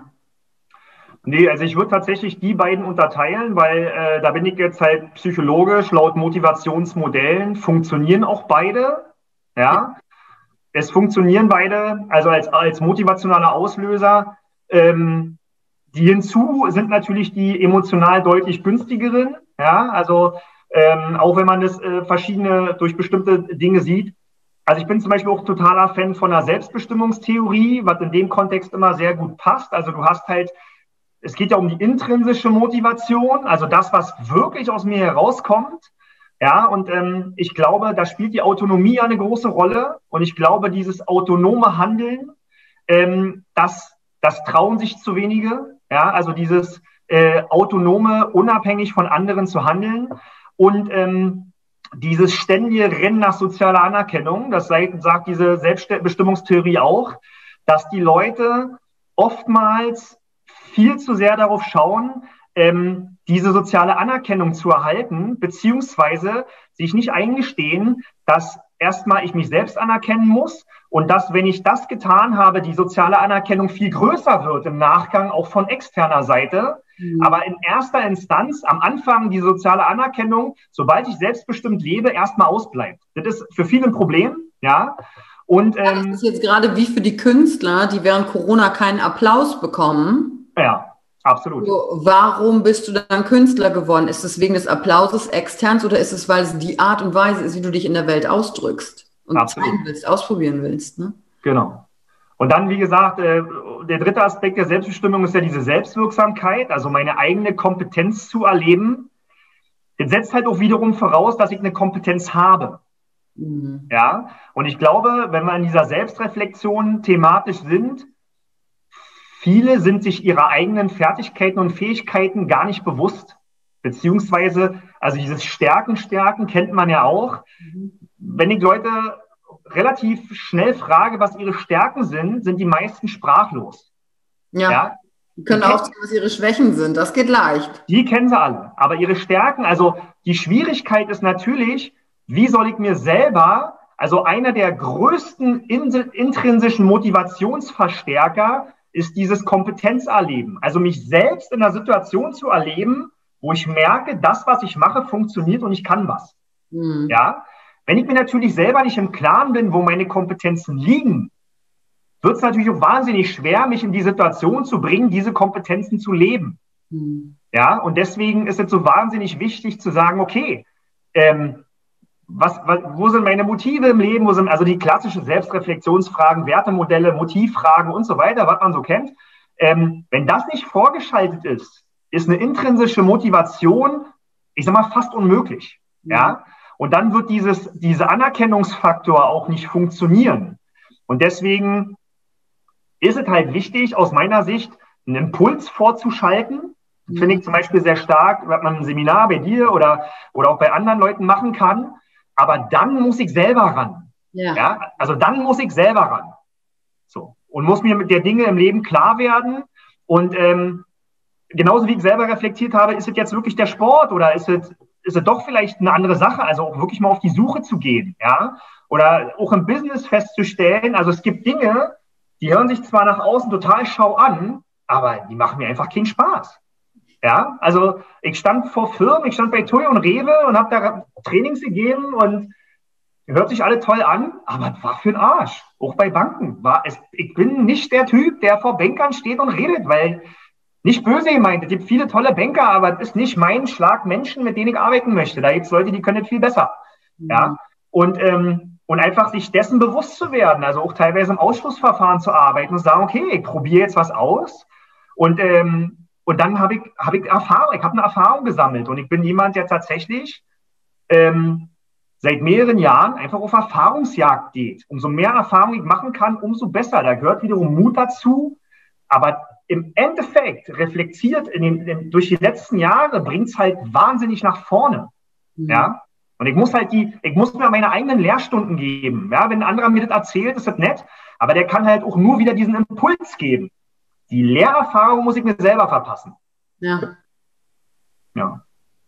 Nee, also ich würde tatsächlich die beiden unterteilen, weil äh, da bin ich jetzt halt psychologisch, laut Motivationsmodellen funktionieren auch beide. Ja, es funktionieren beide, also als, als motivationaler Auslöser. Ähm, die hinzu sind natürlich die emotional deutlich günstigeren. Ja, also ähm, auch wenn man das äh, verschiedene durch bestimmte Dinge sieht. Also ich bin zum Beispiel auch totaler Fan von einer Selbstbestimmungstheorie, was in dem Kontext immer sehr gut passt. Also du hast halt, es geht ja um die intrinsische Motivation, also das, was wirklich aus mir herauskommt. Ja, und ähm, ich glaube, da spielt die Autonomie eine große Rolle. Und ich glaube, dieses autonome Handeln, ähm, das, das trauen sich zu wenige. Ja, also dieses äh, autonome, unabhängig von anderen zu handeln. Und ähm, dieses ständige Rennen nach sozialer Anerkennung, das sagt, sagt diese Selbstbestimmungstheorie auch, dass die Leute oftmals viel zu sehr darauf schauen, ähm, diese soziale Anerkennung zu erhalten, beziehungsweise sich nicht eingestehen, dass erstmal ich mich selbst anerkennen muss und dass, wenn ich das getan habe, die soziale Anerkennung viel größer wird im Nachgang, auch von externer Seite. Mhm. Aber in erster Instanz, am Anfang, die soziale Anerkennung, sobald ich selbstbestimmt lebe, erstmal ausbleibt. Das ist für viele ein Problem, ja. Und, ähm, das ist jetzt gerade wie für die Künstler, die während Corona keinen Applaus bekommen. Ja, absolut. So, warum bist du dann Künstler geworden? Ist es wegen des Applauses externs oder ist es, weil es die Art und Weise ist, wie du dich in der Welt ausdrückst und absolut zeigen willst, ausprobieren willst? Ne? Genau. Und dann, wie gesagt, äh, der dritte Aspekt der Selbstbestimmung ist ja diese Selbstwirksamkeit, also meine eigene Kompetenz zu erleben. Das setzt halt auch wiederum voraus, dass ich eine Kompetenz habe. Mhm. Ja, und ich glaube, wenn wir in dieser Selbstreflexion thematisch sind, viele sind sich ihrer eigenen Fertigkeiten und Fähigkeiten gar nicht bewusst. Beziehungsweise, also dieses Stärken, Stärken kennt man ja auch. Mhm. Wenn ich Leute relativ schnell frage, was ihre Stärken sind, sind die meisten sprachlos. Ja, ja? Die können die auch sagen, was ihre Schwächen sind. Das geht leicht. Die kennen sie alle. Aber ihre Stärken, also die Schwierigkeit ist natürlich, wie soll ich mir selber, also einer der größten intrinsischen Motivationsverstärker ist dieses Kompetenzerleben. Also mich selbst in einer Situation zu erleben, wo ich merke, das, was ich mache, funktioniert und ich kann was. Mhm. Ja. Wenn ich mir natürlich selber nicht im Klaren bin, wo meine Kompetenzen liegen, wird es natürlich auch wahnsinnig schwer, mich in die Situation zu bringen, diese Kompetenzen zu leben. Mhm. Ja, und deswegen ist es so wahnsinnig wichtig zu sagen, okay, ähm, was, was, wo sind meine Motive im Leben, wo sind also die klassischen Selbstreflexionsfragen, Wertemodelle, Motivfragen und so weiter, was man so kennt. Ähm, wenn das nicht vorgeschaltet ist, ist eine intrinsische Motivation, ich sag mal, fast unmöglich. Mhm. Ja, und dann wird dieses, dieser Anerkennungsfaktor auch nicht funktionieren. Und deswegen ist es halt wichtig, aus meiner Sicht, einen Impuls vorzuschalten. Das finde ich zum Beispiel sehr stark, was man ein Seminar bei dir oder, oder auch bei anderen Leuten machen kann. Aber dann muss ich selber ran. Ja. Ja? Also dann muss ich selber ran. So. Und muss mir mit der Dinge im Leben klar werden. Und ähm, genauso wie ich selber reflektiert habe, ist es jetzt wirklich der Sport oder ist es, ist es doch vielleicht eine andere Sache? Also auch wirklich mal auf die Suche zu gehen. Ja? Oder auch im Business festzustellen, also es gibt Dinge, die hören sich zwar nach außen total schau an, aber die machen mir einfach keinen Spaß. Ja, also ich stand vor Firmen, ich stand bei Toyo und Rewe und habe da Trainings gegeben und hört sich alle toll an, aber das war für den Arsch. Auch bei Banken. War es, ich bin nicht der Typ, der vor Bankern steht und redet, weil nicht böse gemeint, es gibt viele tolle Banker, aber es ist nicht mein Schlag Menschen, mit denen ich arbeiten möchte. Da gibt es Leute, die können das viel besser. Mhm. Ja, und, ähm, und einfach sich dessen bewusst zu werden, also auch teilweise im Ausschlussverfahren zu arbeiten und sagen, okay, ich probiere jetzt was aus und ähm, Und dann habe ich, habe ich Erfahrung, ich habe eine Erfahrung gesammelt und ich bin jemand, der tatsächlich ähm, seit mehreren Jahren einfach auf Erfahrungsjagd geht. Umso mehr Erfahrung ich machen kann, umso besser. Da gehört wiederum Mut dazu. Aber im Endeffekt reflektiert in den, in, durch die letzten Jahre bringt es halt wahnsinnig nach vorne. Mhm. Ja. Und ich muss halt die, ich muss mir meine eigenen Lehrstunden geben. Ja, wenn ein anderer mir das erzählt, ist das nett, aber der kann halt auch nur wieder diesen Impuls geben. Die Lehrerfahrung muss ich mir selber verpassen. Ja. Ja.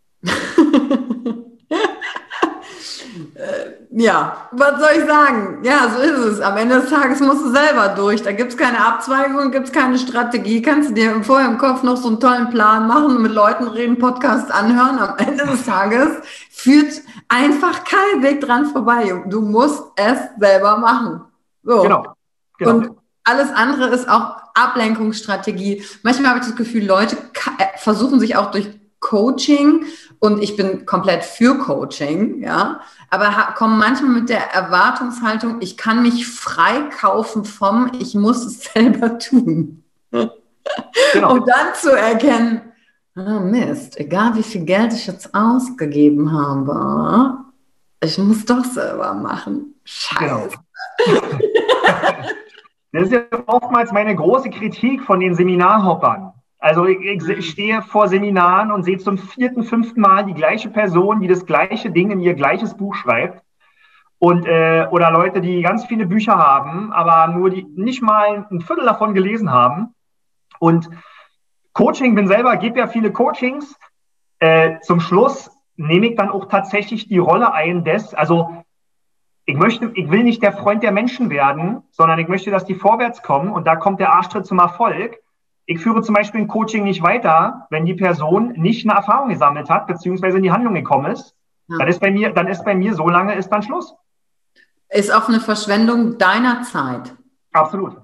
Ja, was soll ich sagen? Ja, so ist es. Am Ende des Tages musst du selber durch. Da gibt es keine Abzweigung, gibt es keine Strategie. Kannst du dir vorher im Kopf noch so einen tollen Plan machen, mit Leuten reden, Podcast anhören. Am Ende des Tages führt einfach kein Weg dran vorbei. Du musst es selber machen. So. Genau. Genau. Und alles andere ist auch Ablenkungsstrategie. Manchmal habe ich das Gefühl, Leute versuchen sich auch durch Coaching, und ich bin komplett für Coaching, ja, aber kommen manchmal mit der Erwartungshaltung, ich kann mich freikaufen vom, ich muss es selber tun. Genau. Um dann zu erkennen, oh Mist, egal wie viel Geld ich jetzt ausgegeben habe, ich muss doch selber machen. Scheiße. Genau. Das ist ja oftmals meine große Kritik von den Seminarhoppern. Also ich, ich stehe vor Seminaren und sehe zum vierten, fünften Mal die gleiche Person, die das gleiche Ding in ihr gleiches Buch schreibt. Und, äh, oder Leute, die ganz viele Bücher haben, aber nur die nicht mal ein Viertel davon gelesen haben. Und Coaching, bin selber, gebe ja viele Coachings. Äh, zum Schluss nehme ich dann auch tatsächlich die Rolle ein des, also Ich möchte, ich will nicht der Freund der Menschen werden, sondern ich möchte, dass die vorwärts kommen, und da kommt der Arschtritt zum Erfolg. Ich führe zum Beispiel ein Coaching nicht weiter, wenn die Person nicht eine Erfahrung gesammelt hat, beziehungsweise in die Handlung gekommen ist. Ja. Dann ist bei mir, dann ist bei mir so lange ist dann Schluss. Ist auch eine Verschwendung deiner Zeit. Absolut.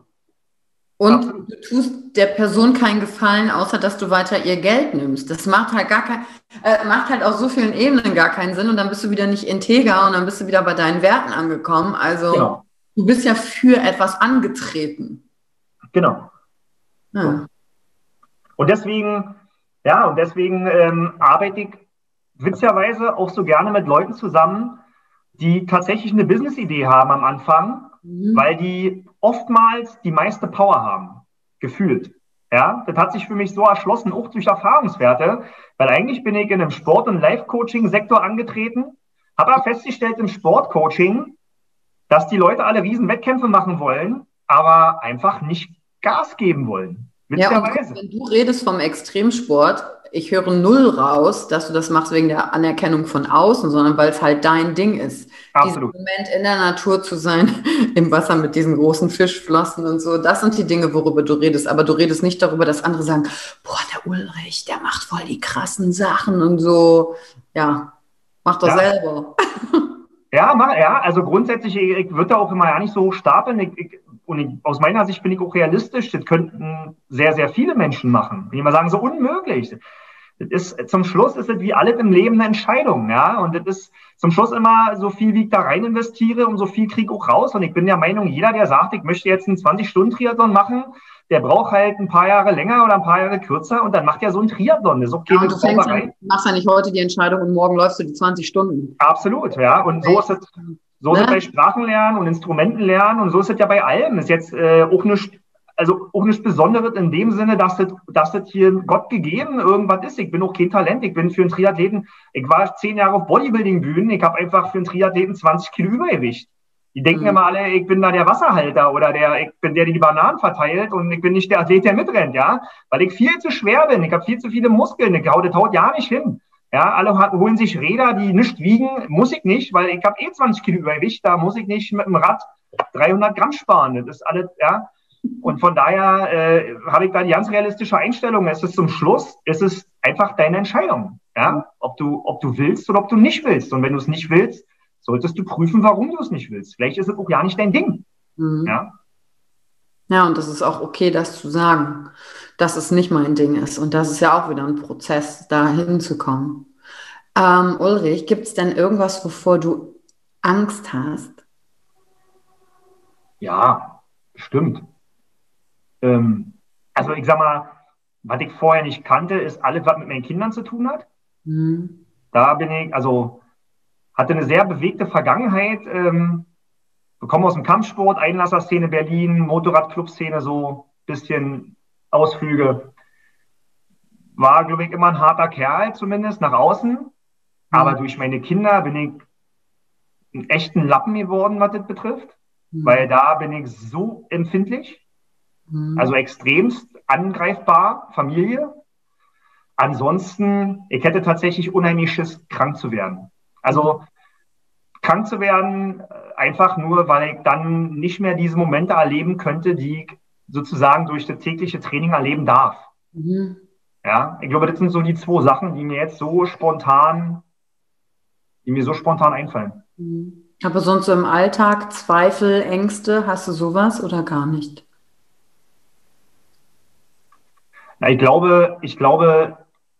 Und Absolut. Du tust der Person keinen Gefallen, außer dass du weiter ihr Geld nimmst. Das macht halt gar kein, äh, macht halt auf so vielen Ebenen gar keinen Sinn, und dann bist du wieder nicht integer und dann bist du wieder bei deinen Werten angekommen. Also genau. Du bist ja für etwas angetreten. Genau. Ja. Und deswegen, ja, und deswegen ähm, arbeite ich witzigerweise auch so gerne mit Leuten zusammen, die tatsächlich eine Business-Idee haben am Anfang, mhm. weil die oftmals die meiste Power haben, gefühlt. Ja, das hat sich für mich so erschlossen, auch durch Erfahrungswerte, weil eigentlich bin ich in einem Sport- und Life-Coaching-Sektor angetreten, habe aber festgestellt im Sport-Coaching, dass die Leute alle riesen Wettkämpfe machen wollen, aber einfach nicht Gas geben wollen. Ja, und wenn du redest vom Extremsport, ich höre null raus, dass du das machst wegen der Anerkennung von außen, sondern weil es halt dein Ding ist. Absolut. Diesen Moment in der Natur zu sein, im Wasser mit diesen großen Fischflossen und so, das sind die Dinge, worüber du redest. Aber du redest nicht darüber, dass andere sagen, boah, der Ulrich, der macht voll die krassen Sachen und so. Ja, mach doch ja. selber. Ja, mach, ja, also grundsätzlich, ich, ich würde da auch immer ja nicht so stapeln. Ich, ich, und ich, aus meiner Sicht bin ich auch realistisch, das könnten sehr, sehr viele Menschen machen. Wenn die mal sagen, so unmöglich. Das ist, zum Schluss ist es wie alles im Leben eine Entscheidung, ja. Und das ist zum Schluss immer so viel, wie ich da rein investiere, um so viel krieg ich auch raus. Und ich bin der Meinung, jeder, der sagt, ich möchte jetzt einen zwanzig-Stunden-Triathlon machen, der braucht halt ein paar Jahre länger oder ein paar Jahre kürzer und dann macht er so einen Triathlon. Das ist okay. Ja, und du fängst an, machst ja nicht heute die Entscheidung und morgen läufst du die zwanzig Stunden. Absolut, ja. Und so ist es, so ist es bei Sprachenlernen und Instrumentenlernen und so ist es ja bei allem. Das ist jetzt äh, auch nicht, also auch nichts Besonderes in dem Sinne, dass das, dass das hier Gott gegeben irgendwas ist. Ich bin auch kein Talent. Ich bin für einen Triathleten, ich war zehn Jahre auf Bodybuilding-Bühnen. Ich habe einfach für einen Triathleten zwanzig Kilo Übergewicht. Die denken mhm. immer alle, ich bin da der Wasserhalter oder der, ich bin der, der die Bananen verteilt und ich bin nicht der Athlet, der mitrennt, ja. Weil ich viel zu schwer bin. Ich habe viel zu viele Muskeln. Ich hau das haut ja nicht hin. Ja, alle holen sich Räder, die nicht wiegen. Muss ich nicht, weil ich habe eh zwanzig Kilo Übergewicht. Da muss ich nicht mit dem Rad dreihundert Gramm sparen. Das ist alles, ja. Und von daher äh, habe ich da die ganz realistische Einstellung. Es ist zum Schluss, es ist einfach deine Entscheidung, ja, ob du, ob du willst oder ob du nicht willst. Und wenn du es nicht willst, solltest du prüfen, warum du es nicht willst. Vielleicht ist es auch ja nicht dein Ding. Mhm. Ja. Ja, und das ist auch okay, das zu sagen, dass es nicht mein Ding ist. Und das ist ja auch wieder ein Prozess, da hinzukommen. Ähm, Ulrich, gibt es denn irgendwas, wovor du Angst hast? Ja, stimmt. Ähm, also ich sag mal, was ich vorher nicht kannte, ist alles, was mit meinen Kindern zu tun hat. Mhm. Da bin ich, also hatte eine sehr bewegte Vergangenheit. Ähm, wir kommen aus dem Kampfsport, Einlasserszene Berlin, Motorradclub-Szene, so ein bisschen Ausflüge. War, glaube ich, immer ein harter Kerl, zumindest nach außen. Mhm. Aber durch meine Kinder bin ich einen echten Lappen geworden, was das betrifft. Mhm. Weil da bin ich so empfindlich. Mhm. Also extremst angreifbar, Familie. Ansonsten, ich hätte tatsächlich unheimlich Schiss, krank zu werden. Also krank zu werden, einfach nur, weil ich dann nicht mehr diese Momente erleben könnte, die ich sozusagen durch das tägliche Training erleben darf. Mhm. Ja, ich glaube, das sind so die zwei Sachen, die mir jetzt so spontan, die mir so spontan einfallen. Mhm. Aber sonst so im Alltag, Zweifel, Ängste, hast du sowas oder gar nicht? Na, ich glaube, ich glaube,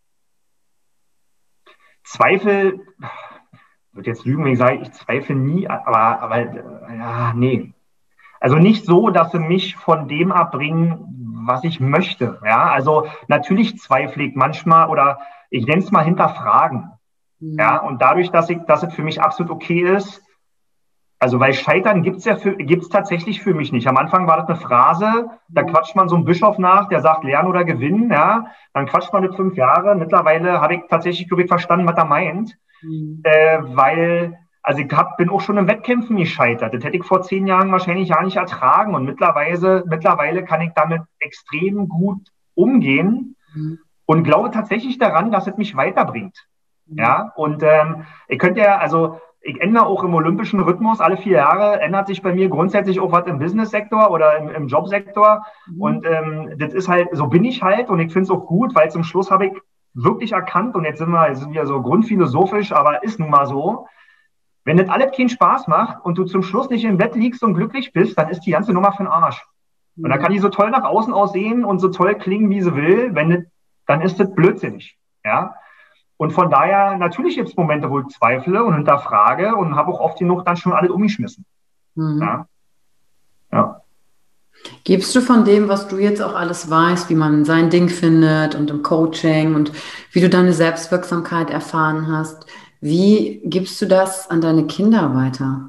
Zweifel, ich würde jetzt lügen, wenn ich sage, ich zweifle nie, aber, aber ja, nee. Also nicht so, dass sie mich von dem abbringen, was ich möchte. Ja, also natürlich zweifle ich manchmal oder ich nenne es mal hinterfragen. Mhm. Ja, und dadurch, dass ich, dass es für mich absolut okay ist, also weil Scheitern gibt's ja für, gibt's tatsächlich für mich nicht. Am Anfang war das eine Phrase, da quatscht man so einen Bischof nach, der sagt, lernen oder gewinnen, ja. Dann quatscht man mit fünf Jahre. Mittlerweile habe ich tatsächlich, glaube ich, verstanden, was er meint. Mhm. Äh, weil, also ich hab, bin auch schon in Wettkämpfen gescheitert. Das hätte ich vor zehn Jahren wahrscheinlich ja nicht ertragen. Und mittlerweile, mittlerweile kann ich damit extrem gut umgehen mhm. und glaube tatsächlich daran, dass es mich weiterbringt. Mhm. Ja, und ähm, ich könnte ja, also ich ändere auch im olympischen Rhythmus, alle vier Jahre ändert sich bei mir grundsätzlich auch was im Business-Sektor oder im, im Jobsektor. Mhm. Und ähm, das ist halt, so bin ich halt und ich finde es auch gut, weil zum Schluss habe ich wirklich erkannt, und jetzt sind wir, jetzt sind wir so grundphilosophisch, aber ist nun mal so, wenn das alles keinen Spaß macht und du zum Schluss nicht im Bett liegst und glücklich bist, dann ist die ganze Nummer für den Arsch. Mhm. Und dann kann die so toll nach außen aussehen und so toll klingen, wie sie will, wenn das, dann ist das blödsinnig. Ja. Und von daher, natürlich gibt es Momente, wo ich zweifle und hinterfrage und habe auch oft genug dann schon alles umgeschmissen. Mhm. Ja. Ja. Gibst du von dem, was du jetzt auch alles weißt, wie man sein Ding findet und im Coaching und wie du deine Selbstwirksamkeit erfahren hast, wie gibst du das an deine Kinder weiter?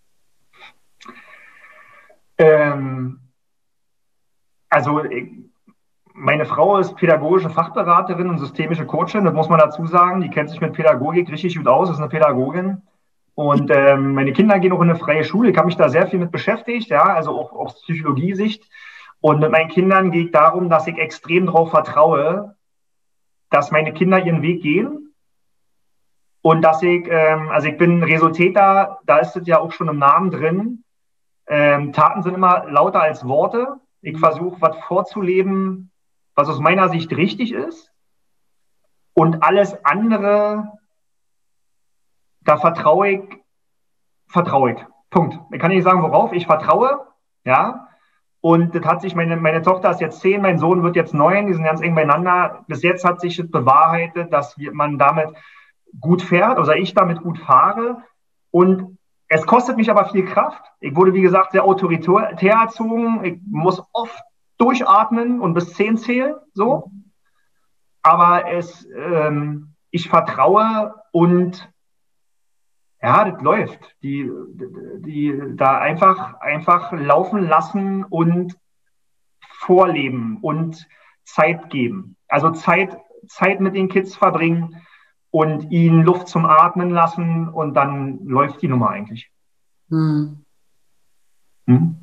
Ähm, also ich, meine Frau ist pädagogische Fachberaterin und systemische Coachin, das muss man dazu sagen. Die kennt sich mit Pädagogik richtig gut aus, ist eine Pädagogin. Und ähm, meine Kinder gehen auch in eine freie Schule. Ich habe mich da sehr viel mit beschäftigt, ja, also auch aus Psychologiesicht. Und mit meinen Kindern geht es darum, dass ich extrem darauf vertraue, dass meine Kinder ihren Weg gehen. Und dass ich, ähm, also ich bin Resultäter, da ist es ja auch schon im Namen drin. Ähm, Taten sind immer lauter als Worte. Ich versuche, was vorzuleben, was aus meiner Sicht richtig ist. Und alles andere, da vertraue ich, vertraue ich. Punkt. Ich kann nicht sagen, worauf ich vertraue, ja. Und das hat sich, meine, meine Tochter ist jetzt zehn, mein Sohn wird jetzt neun, die sind ganz eng beieinander. Bis jetzt hat sich bewahrheitet, dass man damit gut fährt, oder ich damit gut fahre. Und es kostet mich aber viel Kraft. Ich wurde, wie gesagt, sehr autoritär erzogen. Ich muss oft durchatmen und bis zehn zählen, so. Aber es, ähm, ich vertraue und ja, das läuft. Die, die da einfach, einfach laufen lassen und vorleben und Zeit geben. Also Zeit, Zeit mit den Kids verbringen und ihnen Luft zum Atmen lassen und dann läuft die Nummer eigentlich. Hm. Hm?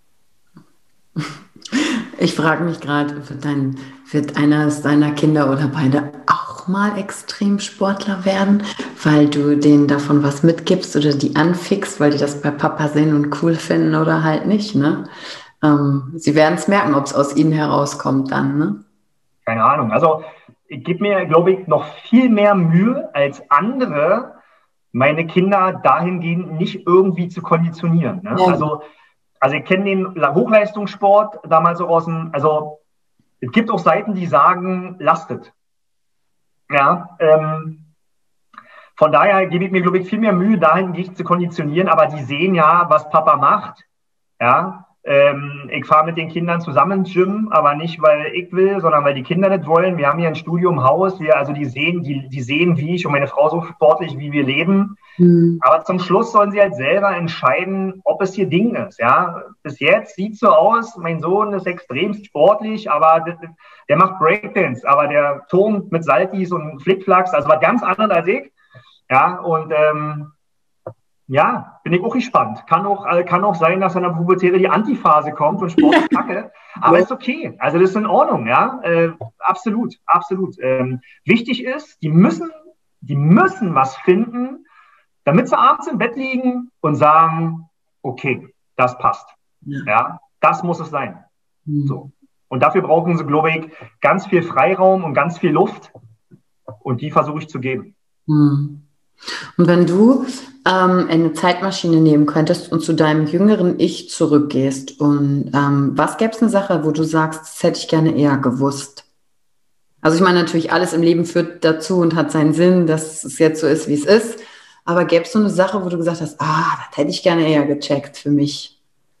Ich frage mich gerade, wird, dein, wird eines deiner Kinder oder beide auch mal Extremsportler werden, weil du denen davon was mitgibst oder die anfixt, weil die das bei Papa sehen und cool finden oder halt nicht, ne? Ähm, sie werden es merken, ob es aus ihnen herauskommt dann, ne? Keine Ahnung. Also ich gebe mir, glaube ich, noch viel mehr Mühe als andere, meine Kinder dahingehend nicht irgendwie zu konditionieren. Ne? Ja. Also Also ich kenne den Hochleistungssport damals so aus dem, also es gibt auch Seiten, die sagen, lastet. Ja, ähm, von daher gebe ich mir, glaube ich, viel mehr Mühe, dahingehend zu konditionieren, aber die sehen ja, was Papa macht. Ja, ähm, ich fahre mit den Kindern zusammen ins Gym, aber nicht, weil ich will, sondern weil die Kinder das wollen. Wir haben hier ein Studio im Haus, wir, also die sehen, die, die sehen, wie ich und meine Frau so sportlich, wie wir leben. Mhm. Aber zum Schluss sollen sie halt selber entscheiden, ob es ihr Ding ist. Ja, bis jetzt sieht so aus, mein Sohn ist extremst sportlich, aber der, der macht Breakdance, aber der turnt mit Saltis und Flickflacks, also was ganz anderes als ich. Ja, und ähm, ja, bin ich auch gespannt. Kann auch, kann auch sein, dass in der Pubertäre die Antiphase kommt und Sport ist Kacke. Aber ist okay. Also das ist in Ordnung, ja. Äh, absolut, absolut. Ähm, wichtig ist, die müssen, die müssen was finden, damit sie abends im Bett liegen und sagen, okay, das passt. Ja, ja, das muss es sein. Mhm. So. Und dafür brauchen sie, glaube ich, ganz viel Freiraum und ganz viel Luft. Und die versuche ich zu geben. Mhm. Und wenn du ähm, eine Zeitmaschine nehmen könntest und zu deinem jüngeren Ich zurückgehst und ähm, was gäbe es eine Sache, wo du sagst, das hätte ich gerne eher gewusst? Also ich meine natürlich, alles im Leben führt dazu und hat seinen Sinn, dass es jetzt so ist, wie es ist. Aber gäbe es so eine Sache, wo du gesagt hast, ah, das hätte ich gerne eher gecheckt für mich?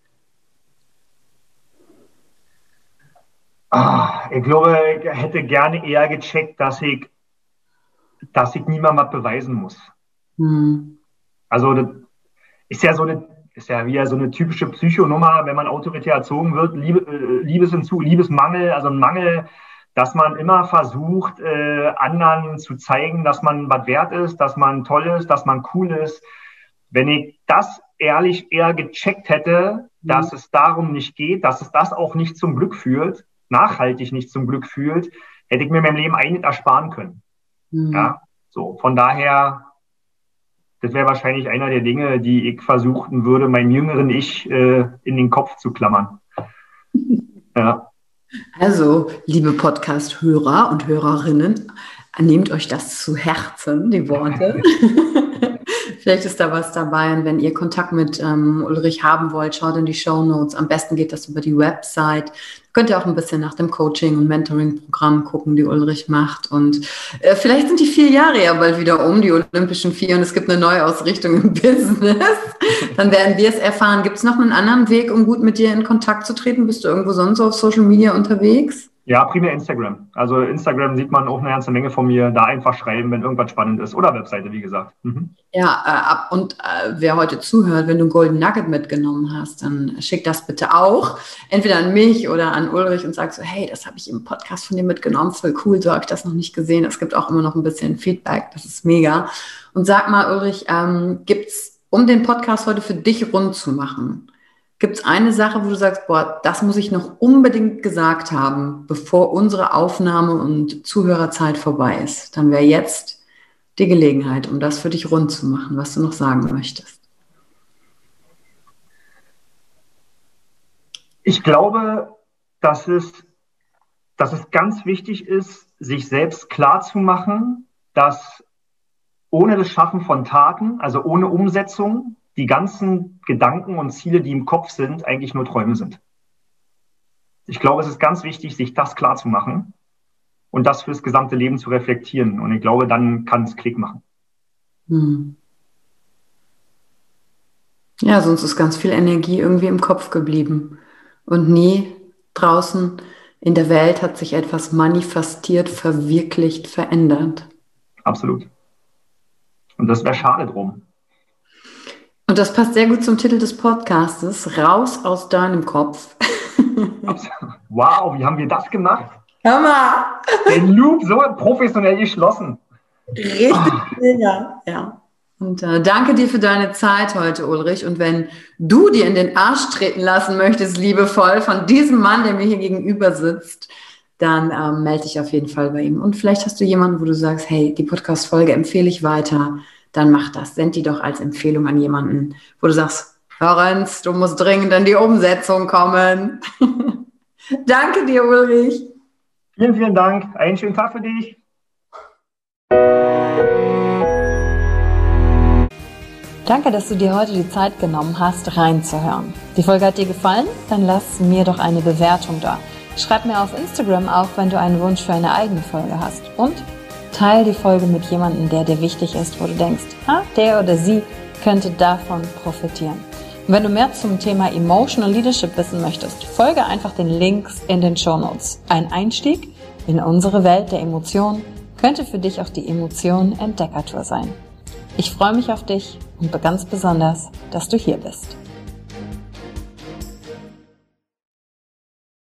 Ah, ich glaube, ich hätte gerne eher gecheckt, dass ich dass ich niemandem was beweisen muss. Hm. Also das ist ja so eine, ist ja wieder so eine typische Psychonummer, wenn man autoritär erzogen wird, Liebe, äh, Liebesentzug, Liebesmangel, also ein Mangel, dass man immer versucht, äh, anderen zu zeigen, dass man was wert ist, dass man toll ist, dass man cool ist. Wenn ich das ehrlich eher gecheckt hätte, hm. dass es darum nicht geht, dass es das auch nicht zum Glück führt, nachhaltig nicht zum Glück führt, hätte ich mir mein Leben eigentlich ersparen können. Mhm. Ja, so, von daher, das wäre wahrscheinlich einer der Dinge, die ich versuchen würde, meinem jüngeren Ich äh, in den Kopf zu klammern. Ja. Also, liebe Podcast-Hörer und Hörerinnen, nehmt euch das zu Herzen, die Worte. Vielleicht ist da was dabei. Und wenn ihr Kontakt mit ähm, Ulrich haben wollt, schaut in die Shownotes. Am besten geht das über die Website. Könnt ihr auch ein bisschen nach dem Coaching- und Mentoring-Programm gucken, die Ulrich macht. Und äh, vielleicht sind die vier Jahre ja bald wieder um, die Olympischen Vier, und es gibt eine Neuausrichtung im Business. Dann werden wir es erfahren. Gibt es noch einen anderen Weg, um gut mit dir in Kontakt zu treten? Bist du irgendwo sonst auf Social Media unterwegs? Ja, primär Instagram. Also Instagram sieht man auch eine ganze Menge von mir. Da einfach schreiben, wenn irgendwas spannend ist. Oder Webseite, wie gesagt. Mhm. Ja, äh, und äh, wer heute zuhört, wenn du ein Golden Nugget mitgenommen hast, dann schick das bitte auch. Entweder an mich oder an Ulrich und sag so, hey, das habe ich im Podcast von dir mitgenommen. Voll cool, so habe ich das noch nicht gesehen. Es gibt auch immer noch ein bisschen Feedback. Das ist mega. Und sag mal, Ulrich, ähm, gibt's, um den Podcast heute für dich rund zu machen, gibt es eine Sache, wo du sagst, boah, das muss ich noch unbedingt gesagt haben, bevor unsere Aufnahme und Zuhörerzeit vorbei ist? Dann wäre jetzt die Gelegenheit, um das für dich rund zu machen, was du noch sagen möchtest. Ich glaube, dass es, dass es ganz wichtig ist, sich selbst klarzumachen, dass ohne das Schaffen von Taten, also ohne Umsetzung, die ganzen Gedanken und Ziele, die im Kopf sind, eigentlich nur Träume sind. Ich glaube, es ist ganz wichtig, sich das klar zu machen und das fürs gesamte Leben zu reflektieren. Und ich glaube, dann kann es Klick machen. Hm. Ja, sonst ist ganz viel Energie irgendwie im Kopf geblieben. Und nie draußen in der Welt hat sich etwas manifestiert, verwirklicht, verändert. Absolut. Und das wäre schade drum. Und das passt sehr gut zum Titel des Podcastes, Raus aus deinem Kopf. Wow, wie haben wir das gemacht? Hammer! Den Loop so professionell geschlossen. Richtig, ja. ja. Und äh, danke dir für deine Zeit heute, Ulrich. Und wenn du dir in den Arsch treten lassen möchtest, liebevoll, von diesem Mann, der mir hier gegenüber sitzt, dann ähm, melde dich auf jeden Fall bei ihm. Und vielleicht hast du jemanden, wo du sagst, hey, die Podcast-Folge empfehle ich weiter. Dann mach das. Send die doch als Empfehlung an jemanden, wo du sagst, Lorenz, du musst dringend in die Umsetzung kommen. Danke dir, Ulrich. Vielen, vielen Dank. Einen schönen Tag für dich. Danke, dass du dir heute die Zeit genommen hast, reinzuhören. Die Folge hat dir gefallen? Dann lass mir doch eine Bewertung da. Schreib mir auf Instagram auch, wenn du einen Wunsch für eine eigene Folge hast. Und teile die Folge mit jemandem, der dir wichtig ist, wo du denkst, ah, der oder sie könnte davon profitieren. Und wenn du mehr zum Thema Emotional Leadership wissen möchtest, folge einfach den Links in den Shownotes. Ein Einstieg in unsere Welt der Emotionen könnte für dich auch die Emotionen-Entdeckertour sein. Ich freue mich auf dich und ganz besonders, dass du hier bist.